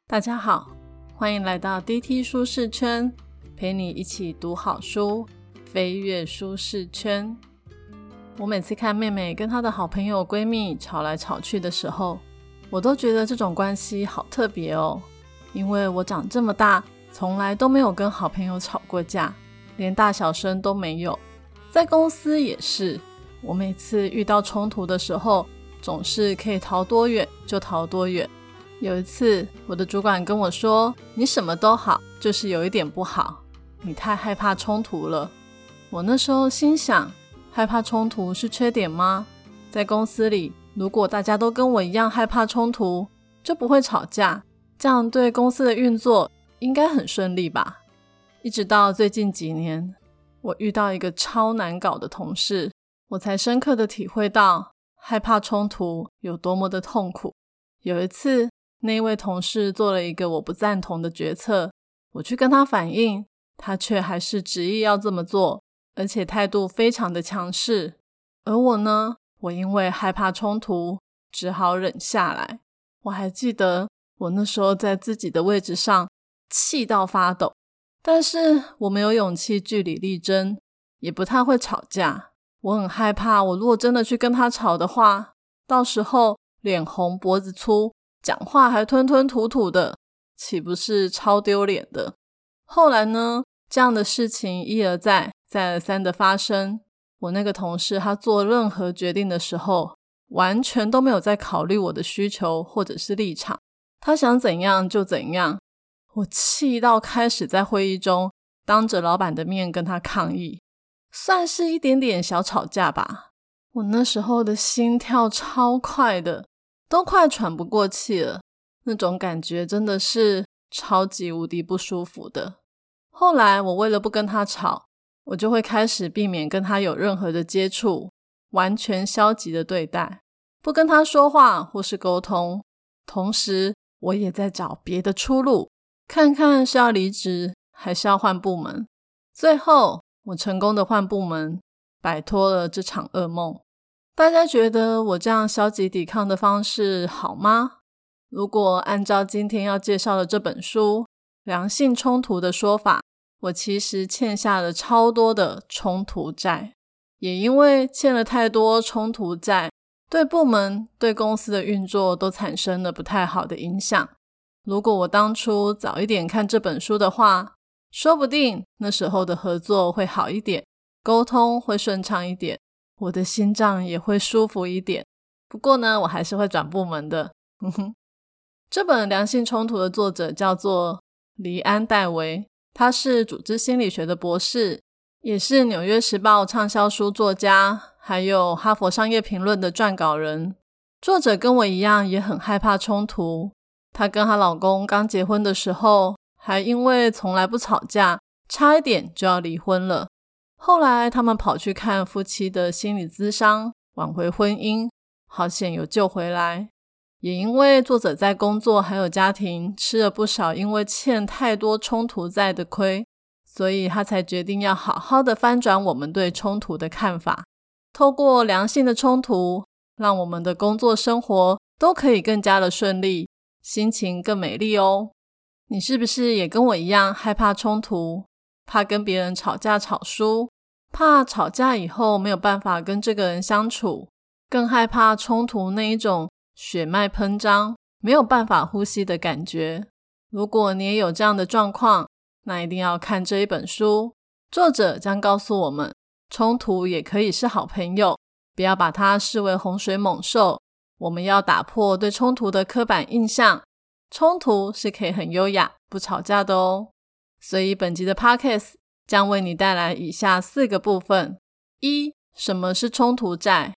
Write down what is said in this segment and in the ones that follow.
大家好，欢迎来到 DT 舒适圈，陪你一起读好书，飞跃舒适圈。我每次看妹妹跟她的好朋友闺蜜吵来吵去的时候，我都觉得这种关系好特别哦。因为我长这么大，从来都没有跟好朋友吵过架，连大小声都没有。在公司也是，我每次遇到冲突的时候，总是可以逃多远就逃多远。有一次，我的主管跟我说，你什么都好，就是有一点不好，你太害怕冲突了。我那时候心想，害怕冲突是缺点吗？在公司里，如果大家都跟我一样害怕冲突，就不会吵架，这样对公司的运作应该很顺利吧。一直到最近几年，我遇到一个超难搞的同事，我才深刻的体会到害怕冲突有多么的痛苦。有一次，那位同事做了一个我不赞同的决策，我去跟他反映，他却还是执意要这么做，而且态度非常的强势。而我呢，我因为害怕冲突，只好忍下来。我还记得我那时候在自己的位置上气到发抖，但是我没有勇气据理力争，也不太会吵架。我很害怕，我如果真的去跟他吵的话，到时候脸红脖子粗，讲话还吞吞吐吐的，岂不是超丢脸的？后来呢，这样的事情一而再再而三的发生。我那个同事他做任何决定的时候，完全都没有在考虑我的需求或者是立场，他想怎样就怎样。我气到开始在会议中当着老板的面跟他抗议，算是一点点小吵架吧。我那时候的心跳超快的，都快喘不过气了，那种感觉真的是超级无敌不舒服的。后来我为了不跟他吵，我就会开始避免跟他有任何的接触，完全消极的对待，不跟他说话或是沟通。同时我也在找别的出路，看看是要离职还是要换部门。最后我成功的换部门，摆脱了这场噩梦。大家觉得我这样消极抵抗的方式好吗？如果按照今天要介绍的这本书良性冲突的说法，我其实欠下了超多的冲突债，也因为欠了太多冲突债，对部门对公司的运作都产生了不太好的影响。如果我当初早一点看这本书的话，说不定那时候的合作会好一点，沟通会顺畅一点，我的心脏也会舒服一点。不过呢，我还是会转部门的。这本良性冲突的作者叫做黎安·戴维，他是组织心理学的博士，也是纽约时报畅销书作家，还有哈佛商业评论的撰稿人。作者跟我一样也很害怕冲突，她跟她老公刚结婚的时候，还因为从来不吵架，差一点就要离婚了。后来他们跑去看夫妻的心理咨商，挽回婚姻，好险有救回来。也因为作者在工作还有家庭吃了不少因为欠太多冲突债的亏，所以他才决定要好好的翻转我们对冲突的看法，透过良性的冲突，让我们的工作生活都可以更加的顺利，心情更美丽哦。你是不是也跟我一样害怕冲突，怕跟别人吵架吵输，怕吵架以后没有办法跟这个人相处，更害怕冲突那一种血脉喷张，没有办法呼吸的感觉？如果你也有这样的状况，那一定要看这一本书。作者将告诉我们，冲突也可以是好朋友，不要把它视为洪水猛兽。我们要打破对冲突的刻板印象，冲突是可以很优雅不吵架的哦。所以本集的 Podcast 将为你带来以下4个部分： 1. 什么是冲突债？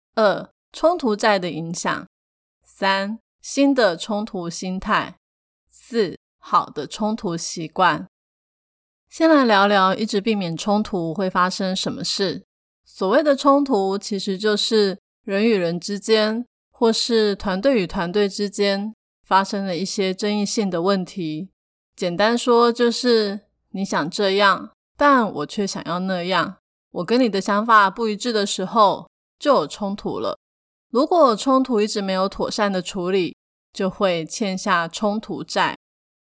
2. 冲突债的影响。 3. 新的冲突心态。 4. 好的冲突习惯。先来聊聊一直避免冲突会发生什么事。所谓的冲突其实就是人与人之间，或是团队与团队之间发生了一些争议性的问题。简单说就是你想这样，但我却想要那样，我跟你的想法不一致的时候，就有冲突了。如果冲突一直没有妥善的处理，就会欠下冲突债。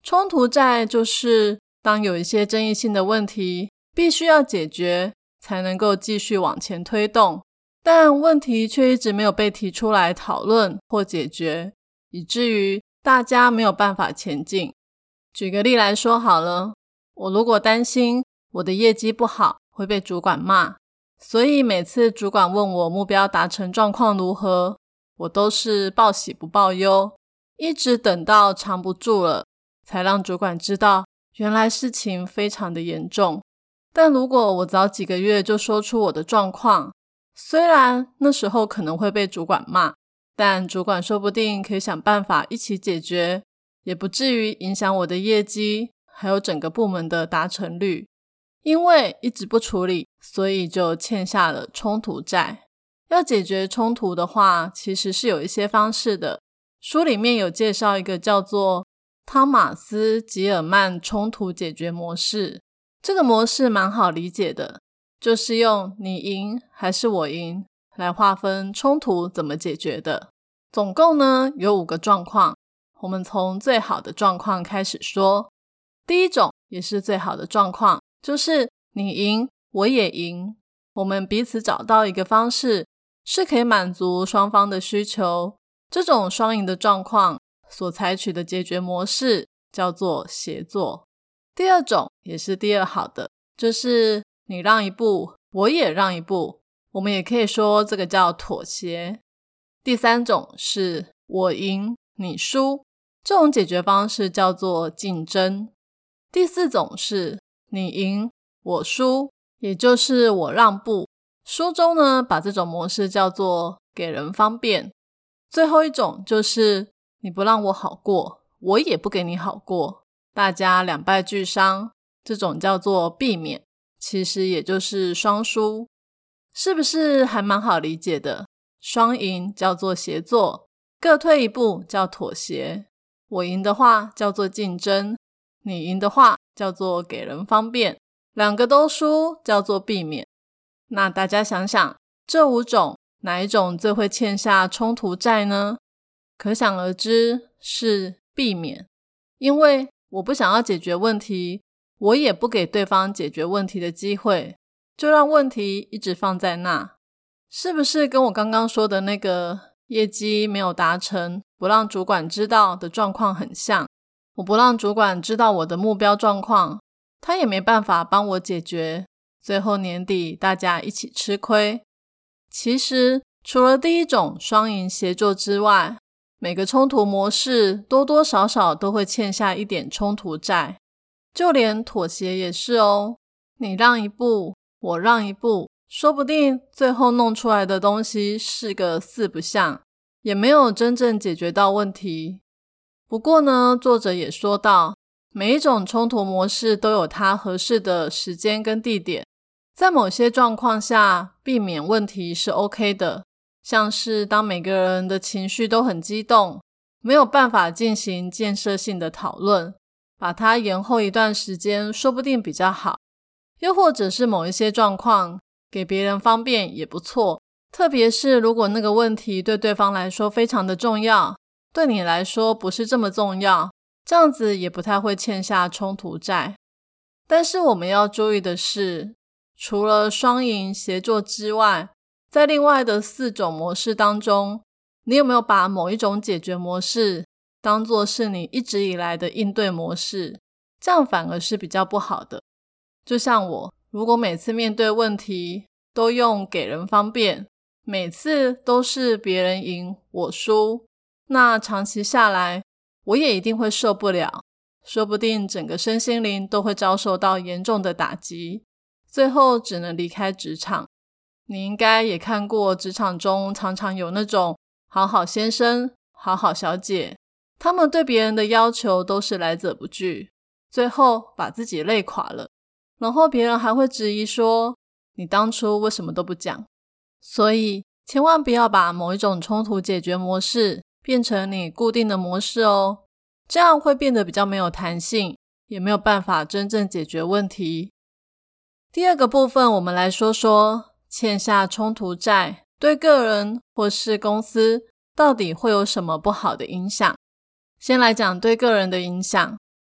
冲突债就是当有一些争议性的问题必须要解决才能够继续往前推动，但问题却一直没有被提出来讨论或解决，以至于大家没有办法前进。举个例来说好了，我如果担心我的业绩不好会被主管骂，所以每次主管问我目标达成状况如何，我都是报喜不报忧，一直等到藏不住了才让主管知道原来事情非常的严重。但如果我早几个月就说出我的状况，虽然那时候可能会被主管骂，但主管说不定可以想办法一起解决，也不至于影响我的业绩还有整个部门的达成率。因为一直不处理，所以就欠下了冲突债。要解决冲突的话，其实是有一些方式的。书里面有介绍一个叫做汤马斯·吉尔曼冲突解决模式，这个模式蛮好理解的，就是用你赢还是我赢来划分冲突怎么解决的。总共呢有5个状况，我们从最好的状况开始说。第一种也是最好的状况，就是你赢我也赢，我们彼此找到一个方式是可以满足双方的需求，这种双赢的状况所采取的解决模式叫做协作。第二种也是第二好的，就是你让一步我也让一步，我们也可以说这个叫妥协。第三种是我赢你输，这种解决方式叫做竞争。第四种是你赢我输，也就是我让步。书中呢把这种模式叫做给人方便。最后一种就是你不让我好过，我也不给你好过，大家两败俱伤，这种叫做避免，其实也就是双输。是不是还蛮好理解的？双赢叫做协作，各退一步叫妥协，我赢的话叫做竞争，你赢的话叫做给人方便，两个都输叫做避免。那大家想想，这5种哪一种最会欠下冲突债呢？可想而知是避免，因为我不想要解决问题，我也不给对方解决问题的机会，就让问题一直放在那。是不是跟我刚刚说的那个业绩没有达成，不让主管知道的状况很像？我不让主管知道我的目标状况，他也没办法帮我解决，最后年底大家一起吃亏。其实除了第一种双赢协作之外，每个冲突模式多多少少都会欠下一点冲突债，就连妥协也是哦。你让一步我让一步，说不定最后弄出来的东西是个四不像，也没有真正解决到问题。不过呢，作者也说到，每一种冲突模式都有它合适的时间跟地点，在某些状况下避免问题是 OK 的，像是当每个人的情绪都很激动，没有办法进行建设性的讨论，把它延后一段时间说不定比较好。又或者是某一些状况给别人方便也不错，特别是如果那个问题对对方来说非常的重要，对你来说不是这么重要，这样子也不太会欠下冲突债。但是我们要注意的是，除了双赢协作之外，在另外的4种模式当中，你有没有把某一种解决模式当作是你一直以来的应对模式？这样反而是比较不好的。就像我，如果每次面对问题都用给人方便，每次都是别人赢我输，那长期下来我也一定会受不了，说不定整个身心灵都会遭受到严重的打击，最后只能离开职场。你应该也看过职场中常常有那种好好先生、好好小姐，他们对别人的要求都是来者不拒，最后把自己累垮了，然后别人还会质疑说，你当初为什么都不讲？所以千万不要把某一种冲突解决模式变成你固定的模式哦，这样会变得比较没有弹性，也没有办法真正解决问题。第二个部分，我们来说说欠下冲突债对个人或是公司到底会有什么不好的影响。先来讲对个人的影响，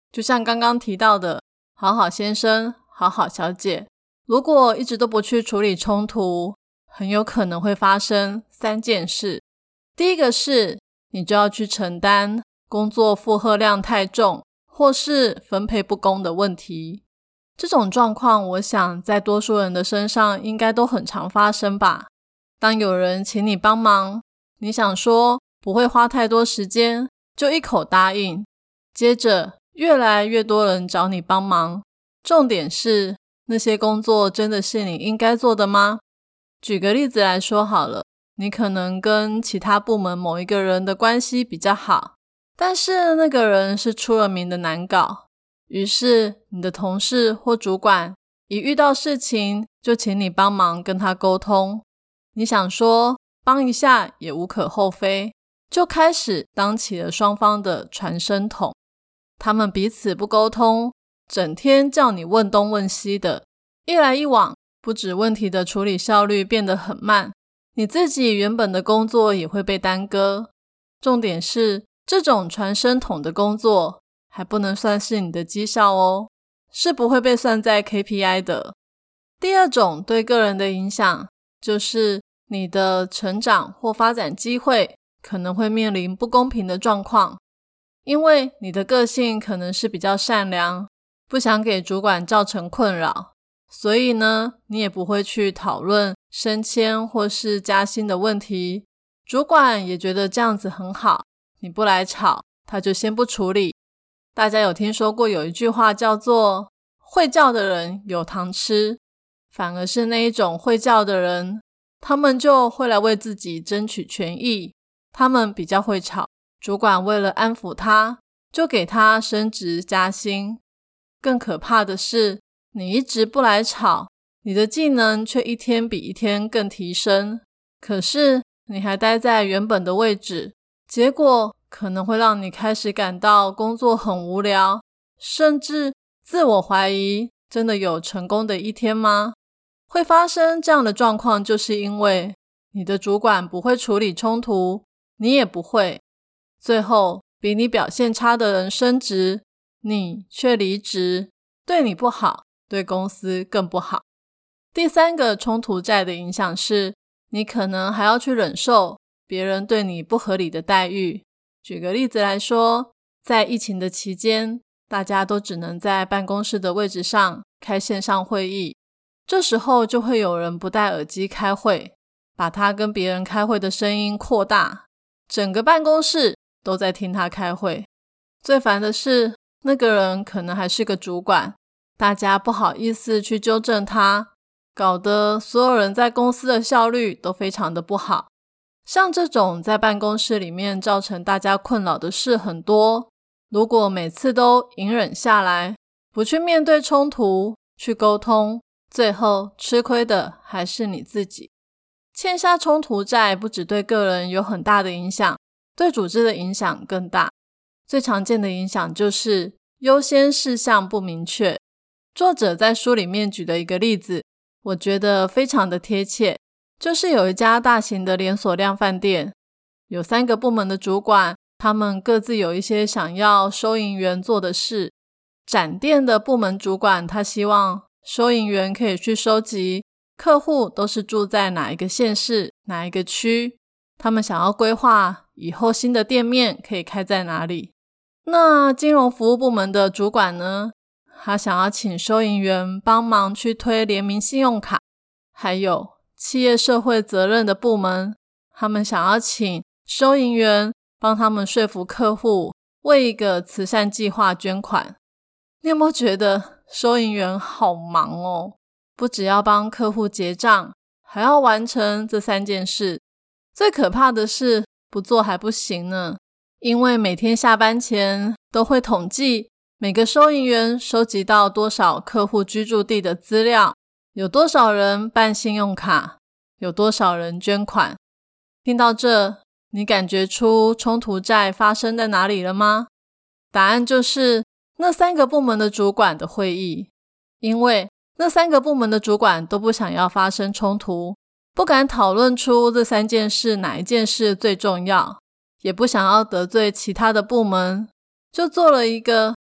就像刚刚提到的，好好先生、好好小姐，如果一直都不去处理冲突，很有可能会发生3件事。第一个是，你就要去承担工作负荷量太重，或是分配不公的问题。这种状况，我想在多数人的身上应该都很常发生吧。当有人请你帮忙，你想说不会花太多时间，就一口答应。接着越来越多人找你帮忙，重点是那些工作真的是你应该做的吗？举个例子来说好了，你可能跟其他部门某一个人的关系比较好，但是那个人是出了名的难搞，于是你的同事或主管一遇到事情就请你帮忙跟他沟通。你想说帮一下也无可厚非，就开始当起了双方的传声筒。他们彼此不沟通，整天叫你问东问西的，一来一往，不止问题的处理效率变得很慢，你自己原本的工作也会被耽搁。重点是，这种传声筒的工作还不能算是你的绩效哦，是不会被算在 KPI 的。第二种对个人的影响，就是你的成长或发展机会可能会面临不公平的状况。因为你的个性可能是比较善良，不想给主管造成困扰，所以呢，你也不会去讨论升迁或是加薪的问题。主管也觉得这样子很好，你不来吵，他就先不处理。大家有听说过有一句话叫做会叫的人有糖吃，反而是那一种会叫的人，他们就会来为自己争取权益，他们比较会吵，主管为了安抚他，就给他升职加薪。更可怕的是，你一直不来吵，你的技能却一天比一天更提升，可是你还待在原本的位置，结果可能会让你开始感到工作很无聊，甚至自我怀疑，真的有成功的一天吗？会发生这样的状况，就是因为你的主管不会处理冲突，你也不会，最后比你表现差的人升职，你却离职，对你不好，对公司更不好。第三个冲突债的影响是，你可能还要去忍受别人对你不合理的待遇。举个例子来说，在疫情的期间，大家都只能在办公室的位置上开线上会议，这时候就会有人不戴耳机开会，把他跟别人开会的声音扩大，整个办公室都在听他开会。最烦的是，那个人可能还是个主管，大家不好意思去纠正他，搞得所有人在公司的效率都非常的不好。像这种在办公室里面造成大家困扰的事很多，如果每次都隐忍下来，不去面对冲突，去沟通，最后吃亏的还是你自己。欠下冲突债不只对个人有很大的影响，对组织的影响更大。最常见的影响就是优先事项不明确。作者在书里面举的一个例子，我觉得非常的贴切，就是有一家大型的连锁量贩店，有3个部门的主管，他们各自有一些想要收银员做的事。展店的部门主管，他希望收银员可以去收集客户都是住在哪一个县市、哪一个区，他们想要规划以后新的店面可以开在哪里。那金融服务部门的主管呢，他想要请收银员帮忙去推联名信用卡。还有企业社会责任的部门，他们想要请收银员帮他们说服客户为一个慈善计划捐款。你有没有觉得收银员好忙哦？不只要帮客户结账，还要完成这3件事。最可怕的是，不做还不行呢，因为每天下班前都会统计每个收银员收集到多少客户居住地的资料，有多少人办信用卡，有多少人捐款。听到这，你感觉出冲突债发生在哪里了吗？答案就是那3个部门的主管的会议。因为那3个部门的主管都不想要发生冲突，不敢讨论出这3件事哪一件事最重要，也不想要得罪其他的部门，就做了一个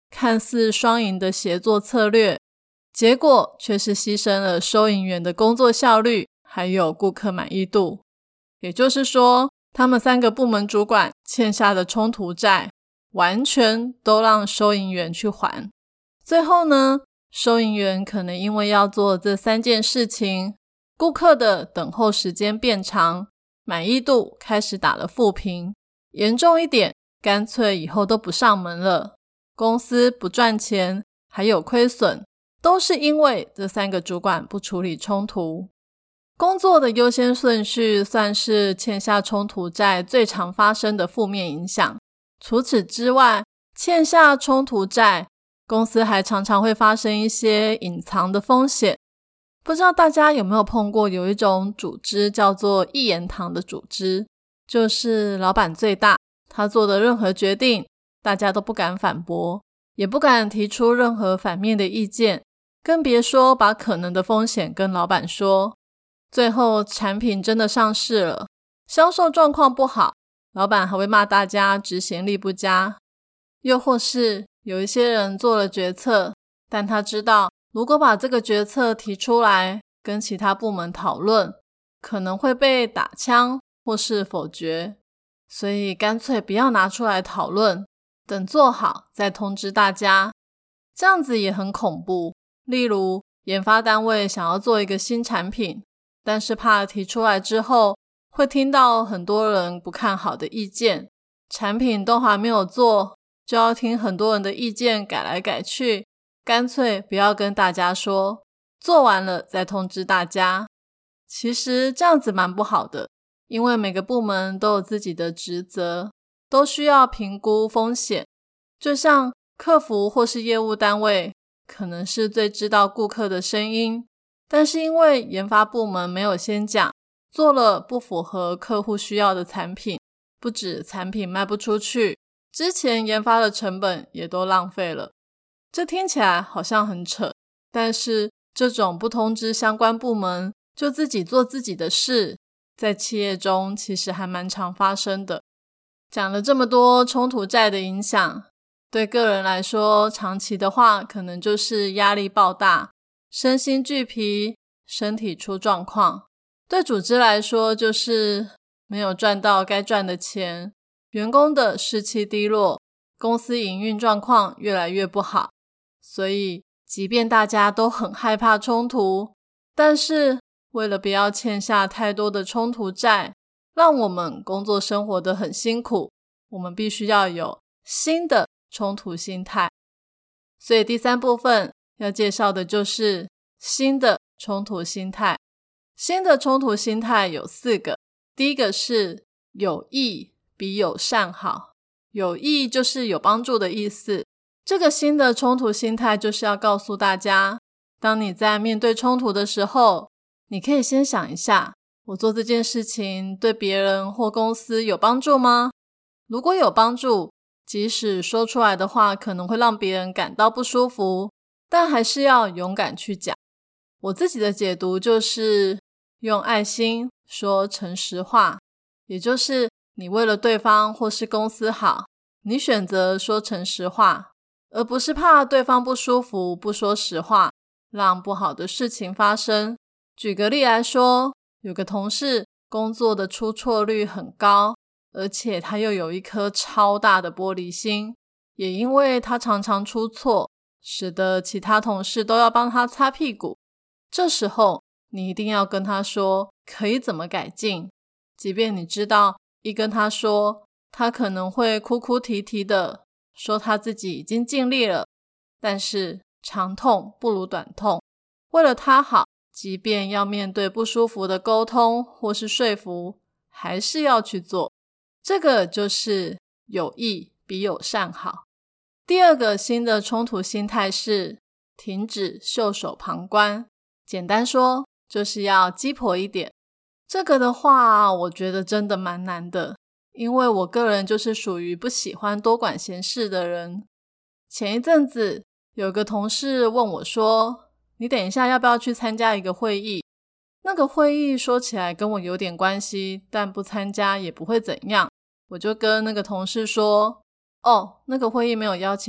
看似双赢的协作策略，结果却是牺牲了收银员的工作效率还有顾客满意度。也就是说，他们3个部门主管欠下的冲突债完全都让收银员去还。最后呢，收银员可能因为要做这3件事情，顾客的等候时间变长，满意度开始打了负评，严重一点，干脆以后都不上门了。公司不赚钱，还有亏损，都是因为这3个主管不处理冲突。工作的优先顺序算是欠下冲突债最常发生的负面影响。除此之外，欠下冲突债，公司还常常会发生一些隐藏的风险。不知道大家有没有碰过有一种组织叫做一言堂的组织，就是老板最大，他做的任何决定大家都不敢反驳，也不敢提出任何反面的意见，更别说把可能的风险跟老板说。最后产品真的上市了，销售状况不好，老板还会骂大家执行力不佳。又或是有一些人做了决策，但他知道如果把这个决策提出来跟其他部门讨论，可能会被打枪或是否决，所以干脆不要拿出来讨论，等做好再通知大家。这样子也很恐怖。例如研发单位想要做一个新产品，但是怕提出来之后会听到很多人不看好的意见，产品都还没有做，就要听很多人的意见改来改去，干脆不要跟大家说，做完了再通知大家。其实这样子蛮不好的，因为每个部门都有自己的职责，都需要评估风险。就像客服或是业务单位，可能是最知道顾客的声音，但是因为研发部门没有先讲，做了不符合客户需要的产品，不止产品卖不出去，之前研发的成本也都浪费了。这听起来好像很扯，但是这种不通知相关部门就自己做自己的事，在企业中其实还蛮常发生的。讲了这么多冲突债的影响，对个人来说，长期的话可能就是压力爆大，身心俱疲，身体出状况。对组织来说，就是没有赚到该赚的钱，员工的士气低落，公司营运状况越来越不好。所以即便大家都很害怕冲突，但是为了不要欠下太多的冲突债，让我们工作生活得很辛苦，我们必须要有新的冲突心态。所以第3部分要介绍的就是新的冲突心态。新的冲突心态有4个。第一个是有益比友善好。有益就是有帮助的意思。这个新的冲突心态就是要告诉大家，当你在面对冲突的时候，你可以先想一下，我做这件事情对别人或公司有帮助吗？如果有帮助，即使说出来的话可能会让别人感到不舒服，但还是要勇敢去讲。我自己的解读就是用爱心说诚实话，也就是你为了对方或是公司好，你选择说诚实话，而不是怕对方不舒服不说实话，让不好的事情发生。举个例来说，有个同事工作的出错率很高，而且他又有一颗超大的玻璃心，也因为他常常出错，使得其他同事都要帮他擦屁股。这时候你一定要跟他说可以怎么改进，即便你知道一跟他说，他可能会哭哭啼啼的说他自己已经尽力了，但是长痛不如短痛，为了他好，即便要面对不舒服的沟通或是说服，还是要去做。这个就是有益比友善好。第2个新的冲突心态是停止袖手旁观。简单说，就是要鸡婆一点。这个的话，我觉得真的蛮难的，因为我个人就是属于不喜欢多管闲事的人。前一阵子有个同事问我说，你等一下要不要去参加一个会议？那个会议说起来跟我有点关系，但不参加也不会怎样。我就跟那个同事说，那个会议没有邀请我，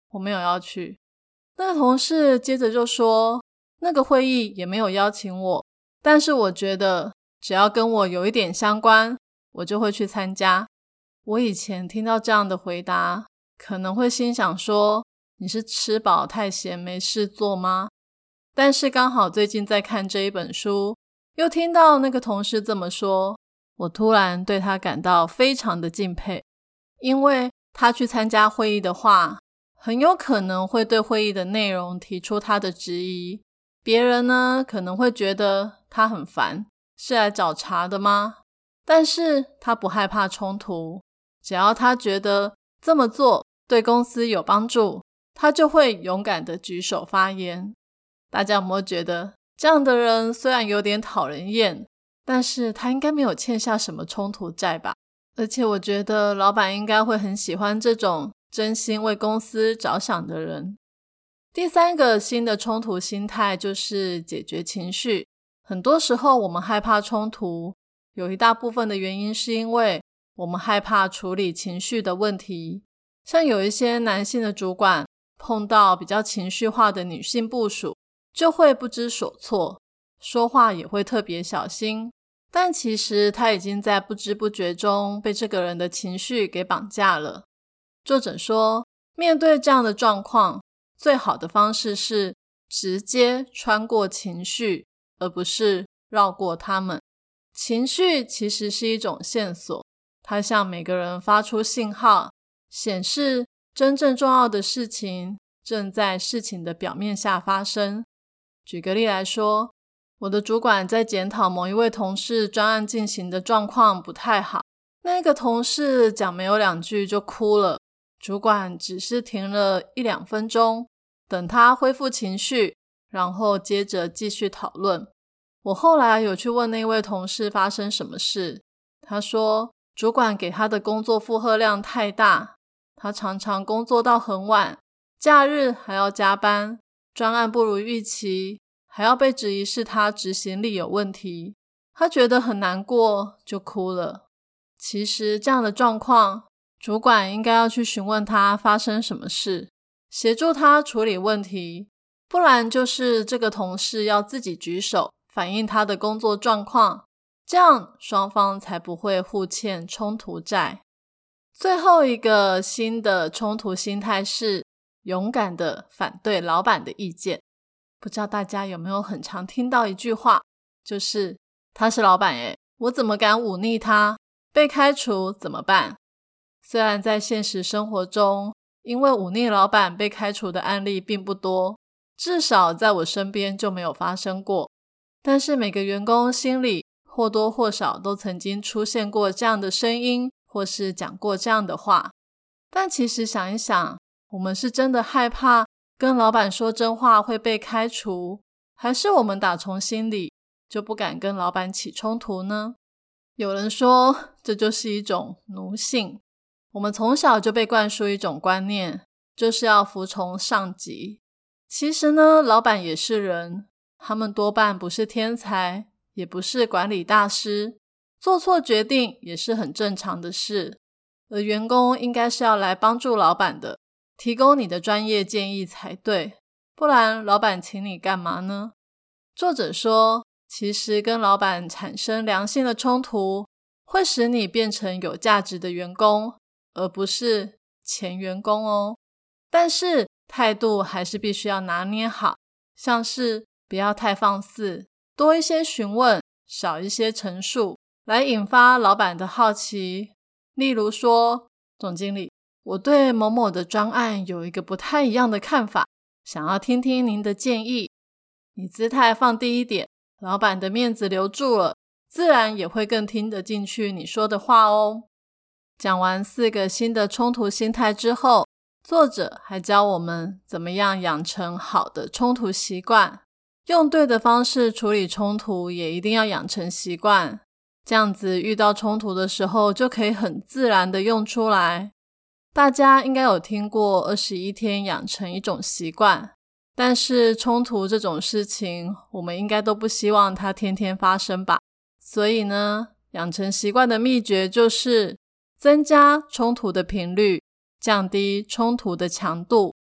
我没有要去。那个同事接着就说，那个会议也没有邀请我，但是我觉得只要跟我有一点相关，我就会去参加。我以前听到这样的回答，可能会心想说，你是吃饱太闲没事做吗？但是刚好最近在看这一本书，又听到那个同事这么说，我突然对他感到非常的敬佩。因为他去参加会议的话，很有可能会对会议的内容提出他的质疑。别人呢，可能会觉得他很烦，是来找茬的吗？但是他不害怕冲突，只要他觉得这么做对公司有帮助，他就会勇敢的举手发言。大家有没有觉得这样的人虽然有点讨人厌，但是他应该没有欠下什么冲突债吧？而且我觉得老板应该会很喜欢这种真心为公司着想的人。第三个新的冲突心态就是解决情绪。很多时候我们害怕冲突，有一大部分的原因是因为我们害怕处理情绪的问题。像有一些男性的主管碰到比较情绪化的女性部属，就会不知所措，说话也会特别小心，但其实他已经在不知不觉中被这个人的情绪给绑架了。作者说，面对这样的状况，最好的方式是直接穿过情绪，而不是绕过他们。情绪其实是一种线索，它向每个人发出信号，显示真正重要的事情正在事情的表面下发生。举个例来说，我的主管在检讨某一位同事专案进行的状况不太好，那个同事讲没有2句就哭了，主管只是停了1-2分钟，等他恢复情绪，然后接着继续讨论。我后来有去问那位同事发生什么事，他说主管给他的工作负荷量太大，他常常工作到很晚，假日还要加班，专案不如预期，还要被质疑是他执行力有问题，他觉得很难过，就哭了。其实这样的状况，主管应该要去询问他发生什么事，协助他处理问题，不然就是这个同事要自己举手反映他的工作状况，这样双方才不会互欠冲突债。最后一个新的冲突心态是勇敢的反对老板的意见。不知道大家有没有很常听到一句话，就是他是老板耶，我怎么敢忤逆他？被开除怎么办？虽然在现实生活中，因为忤逆老板被开除的案例并不多，至少在我身边就没有发生过，但是每个员工心里或多或少都曾经出现过这样的声音，或是讲过这样的话。但其实想一想，我们是真的害怕跟老板说真话会被开除，还是我们打从心里就不敢跟老板起冲突呢？有人说这就是一种奴性，我们从小就被灌输一种观念，就是要服从上级。其实呢，老板也是人，他们多半不是天才，也不是管理大师，做错决定也是很正常的事。而员工应该是要来帮助老板的，提供你的专业建议才对，不然老板请你干嘛呢？作者说，其实跟老板产生良性的冲突，会使你变成有价值的员工，而不是前员工哦。但是态度还是必须要拿捏好，像是不要太放肆，多一些询问，少一些陈述，来引发老板的好奇。例如说，总经理，我对某某的专案有一个不太一样的看法，想要听听您的建议。你姿态放低一点，老板的面子留住了，自然也会更听得进去你说的话哦。讲完4个新的冲突心态之后，作者还教我们怎么样养成好的冲突习惯，用对的方式处理冲突也一定要养成习惯，这样子遇到冲突的时候就可以很自然的用出来。大家应该有听过21天养成一种习惯，但是冲突这种事情，我们应该都不希望它天天发生吧。所以呢，养成习惯的秘诀就是增加冲突的频率，降低冲突的强度，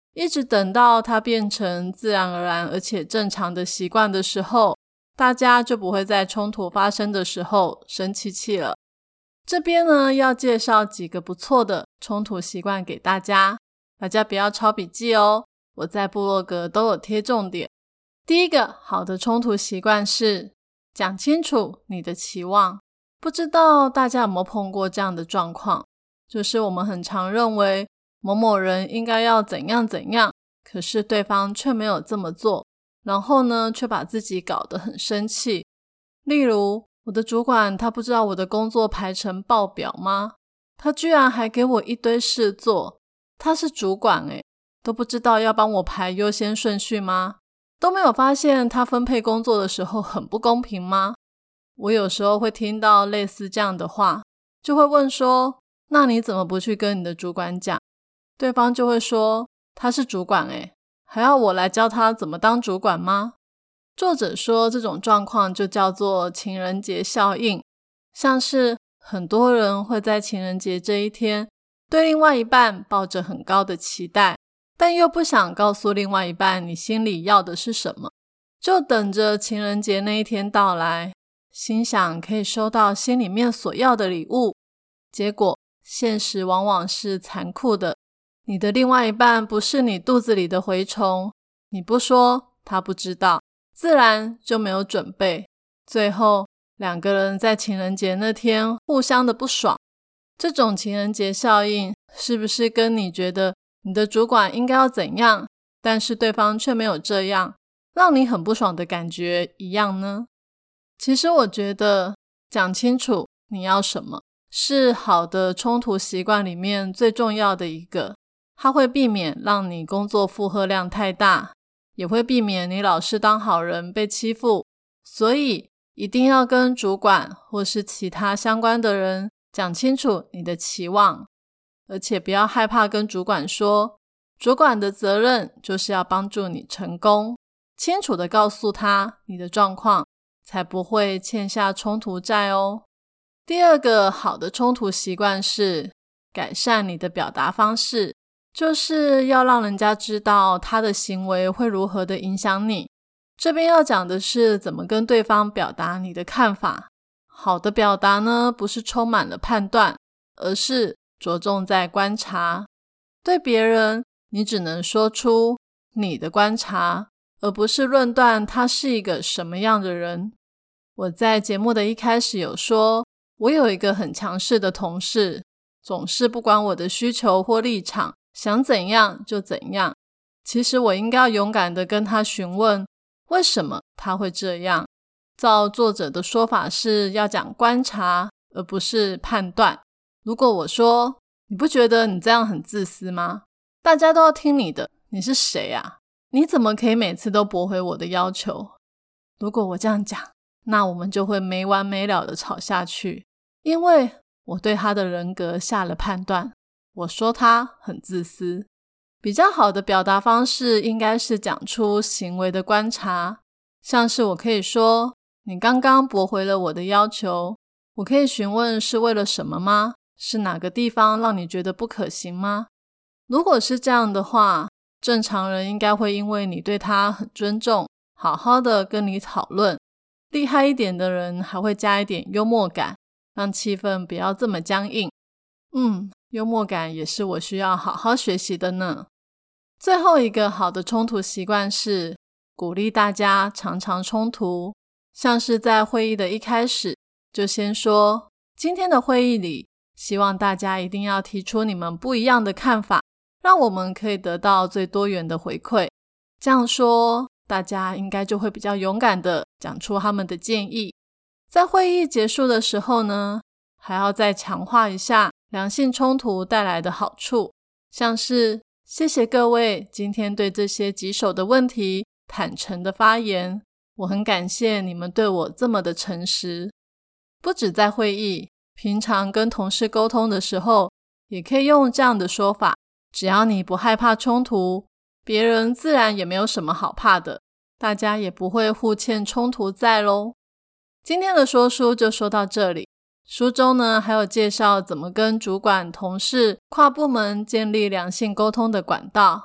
一直等到它变成自然而然而且正常的习惯的时候，大家就不会在冲突发生的时候生气了。这边呢，要介绍几个不错的冲突习惯给大家，大家不要抄笔记哦，我在部落格都有贴重点。第一个好的冲突习惯是讲清楚你的期望。不知道大家有没有碰过这样的状况，就是我们很常认为某某人应该要怎样怎样，可是对方却没有这么做，然后呢，却把自己搞得很生气。例如，我的主管他不知道我的工作排成报表吗？他居然还给我一堆事做，他是主管耶，都不知道要帮我排优先顺序吗？都没有发现他分配工作的时候很不公平吗？我有时候会听到类似这样的话，就会问说，那你怎么不去跟你的主管讲？对方就会说，他是主管耶，还要我来教他怎么当主管吗？作者说这种状况就叫做情人节效应，像是很多人会在情人节这一天对另外一半抱着很高的期待，但又不想告诉另外一半你心里要的是什么，就等着情人节那一天到来，心想可以收到心里面所要的礼物。结果现实往往是残酷的，你的另外一半不是你肚子里的蛔虫，你不说他不知道，自然就没有准备，最后两个人在情人节那天互相的不爽。这种情人节效应是不是跟你觉得你的主管应该要怎样，但是对方却没有这样，让你很不爽的感觉一样呢？其实我觉得讲清楚你要什么是好的冲突习惯里面最重要的一个，它会避免让你工作负荷量太大，也会避免你老是当好人被欺负，所以一定要跟主管或是其他相关的人讲清楚你的期望，而且不要害怕跟主管说，主管的责任就是要帮助你成功，清楚地告诉他你的状况，才不会欠下冲突债哦。第二个好的冲突习惯是改善你的表达方式，就是要让人家知道他的行为会如何的影响你。这边要讲的是怎么跟对方表达你的看法。好的表达呢，不是充满了判断，而是着重在观察。对别人，你只能说出你的观察，而不是论断他是一个什么样的人。我在节目的一开始有说，我有一个很强势的同事，总是不管我的需求或立场，想怎样就怎样。其实我应该要勇敢地跟他询问，为什么他会这样。照作者的说法是要讲观察，而不是判断。如果我说，你不觉得你这样很自私吗？大家都要听你的，你是谁啊？你怎么可以每次都驳回我的要求？如果我这样讲，那我们就会没完没了的吵下去，因为我对他的人格下了判断，我说他很自私。比较好的表达方式应该是讲出行为的观察，像是我可以说，你刚刚驳回了我的要求，我可以询问是为了什么吗？是哪个地方让你觉得不可行吗？如果是这样的话，正常人应该会因为你对他很尊重，好好的跟你讨论。厉害一点的人还会加一点幽默感，让气氛不要这么僵硬。幽默感也是我需要好好学习的呢。最后一个好的冲突习惯是鼓励大家常常冲突，像是在会议的一开始就先说，今天的会议里希望大家一定要提出你们不一样的看法，让我们可以得到最多元的回馈。这样说，大家应该就会比较勇敢的讲出他们的建议。在会议结束的时候呢，还要再强化一下良性冲突带来的好处，像是谢谢各位今天对这些棘手的问题坦诚的发言，我很感谢你们对我这么的诚实。不止在会议，平常跟同事沟通的时候，也可以用这样的说法，只要你不害怕冲突，别人自然也没有什么好怕的，大家也不会互欠冲突债咯。今天的说书就说到这里，书中呢还有介绍怎么跟主管、同事、跨部门建立良性沟通的管道。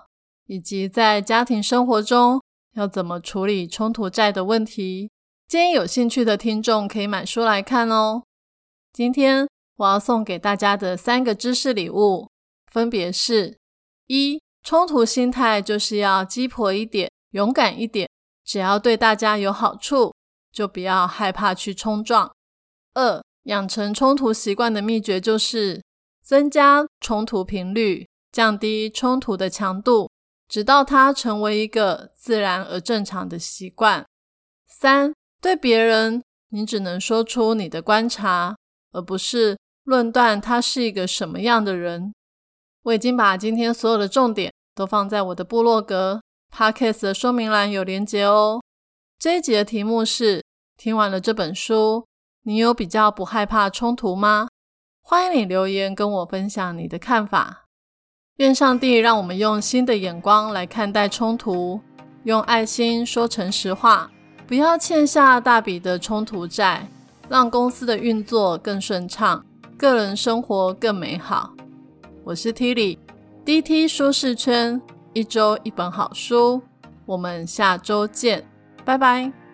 以及在家庭生活中要怎么处理冲突债的问题。建议有兴趣的听众可以买书来看哦。今天我要送给大家的3个知识礼物，分别是： 1. 冲突心态就是要鸡婆一点，勇敢一点，只要对大家有好处，就不要害怕去冲撞。 2. 养成冲突习惯的秘诀就是增加冲突频率，降低冲突的强度，直到它成为一个自然而正常的习惯。 3. 对别人，你只能说出你的观察，而不是论断他是一个什么样的人。我已经把今天所有的重点都放在我的部落格 Podcast 的说明栏有连结哦。这一集的题目是：听完了这本书，你有比较不害怕冲突吗？欢迎你留言跟我分享你的看法。愿上帝让我们用新的眼光来看待冲突，用爱心说诚实话，不要欠下大笔的冲突债，让公司的运作更顺畅，个人生活更美好。我是 Tilly， DT 舒适圈，一周一本好书，我们下周见，拜拜。